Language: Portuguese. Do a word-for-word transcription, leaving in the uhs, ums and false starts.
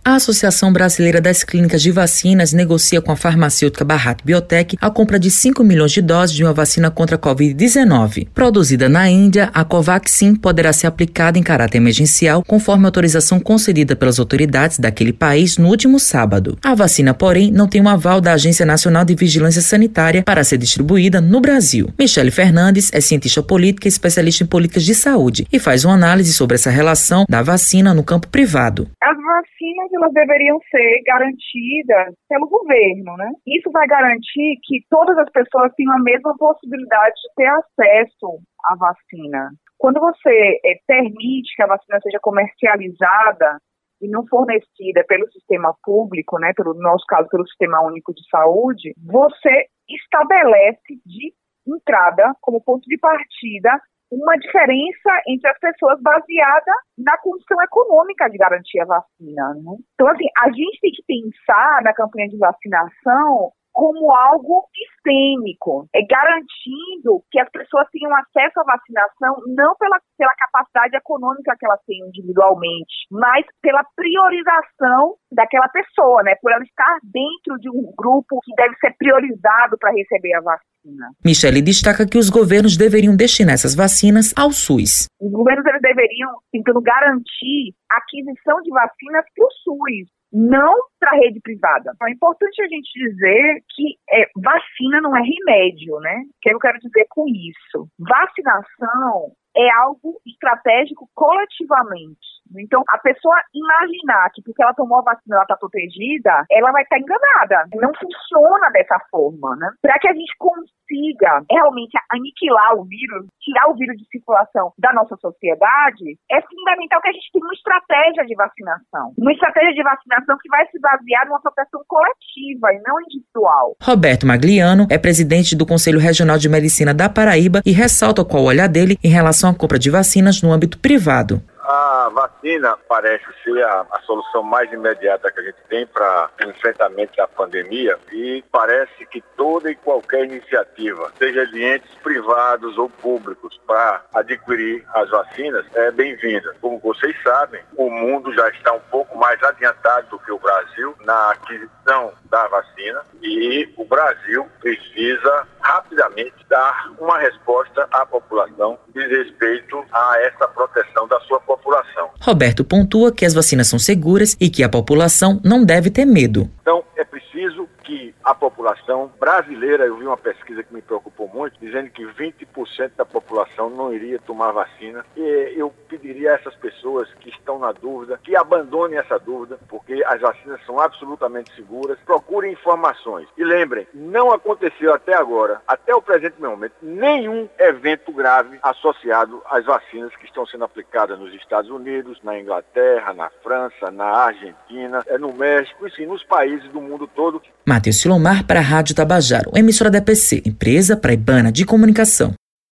A Associação Brasileira das Clínicas de Vacinas negocia com a farmacêutica Bharat Biotech a compra de cinco milhões de doses de uma vacina contra a covid dezenove. Produzida na Índia, a Covaxin poderá ser aplicada em caráter emergencial conforme a autorização concedida pelas autoridades daquele país no último sábado. A vacina, porém, não tem um aval da Agência Nacional de Vigilância Sanitária para ser distribuída no Brasil. Michele Fernandes é cientista política e especialista em políticas de saúde e faz uma análise sobre essa relação da vacina no campo privado. As vacinas, elas deveriam ser garantidas pelo governo, né? Isso vai garantir que todas as pessoas tenham a mesma possibilidade de ter acesso à vacina. Quando você é, permite que a vacina seja comercializada e não fornecida pelo sistema público, né, pelo no nosso caso, pelo Sistema Único de Saúde, você estabelece de entrada, como ponto de partida, uma diferença entre as pessoas baseada na condição econômica de garantir a vacina, né? Então, assim, a gente tem que pensar na campanha de vacinação como algo sistêmico, é garantindo que as pessoas tenham acesso à vacinação não pela, pela capacidade econômica que elas têm individualmente, mas pela priorização daquela pessoa, né? Por ela estar dentro de um grupo que deve ser priorizado para receber a vacina. Michele destaca que os governos deveriam destinar essas vacinas ao SUS. Os governos eles deveriam, tentando garantir a aquisição de vacinas para o SUS, não para a rede privada. É importante a gente dizer que é, vacina não é remédio, né? O que eu quero dizer com isso? Vacinação é algo estratégico coletivamente. Então, a pessoa imaginar que porque ela tomou a vacina ela está protegida, ela vai estar enganada. Não funciona dessa forma, né? Para que a gente consiga realmente aniquilar o vírus, tirar o vírus de circulação da nossa sociedade, é fundamental que a gente tenha uma estratégia de vacinação. Uma estratégia de vacinação que vai se basear numa proteção coletiva e não individual. Roberto Magliano é presidente do Conselho Regional de Medicina da Paraíba e ressalta qual o olhar dele em relação à compra de vacinas no âmbito privado. A vacina parece ser a, a solução mais imediata que a gente tem para o enfrentamento da pandemia e parece que toda e qualquer iniciativa, seja de entes privados ou públicos, para adquirir as vacinas é bem-vinda. Como vocês sabem, o mundo já está um pouco mais adiantado do que o Brasil na aquisição da vacina e o Brasil precisa rapidamente dar uma resposta à população diz respeito a essa proteção da sua população. Roberto pontua que as vacinas são seguras e que a população não deve ter medo. Então, é preciso que a população brasileira, eu vi uma pesquisa que me preocupou muito, dizendo que vinte por cento da população não iria tomar vacina. E eu pediria a essas pessoas que estão na dúvida, que abandonem essa dúvida, porque as vacinas são absolutamente seguras. Procurem informações. E lembrem, não aconteceu até agora, até o presente momento, nenhum evento grave associado às vacinas que estão sendo aplicadas nos Estados Unidos, na Inglaterra, na França, na Argentina, no México, enfim, nos países do mundo todo. Matheus Silomar para a Rádio Tabajaro, emissora da E P C, empresa paraibana de comunicação.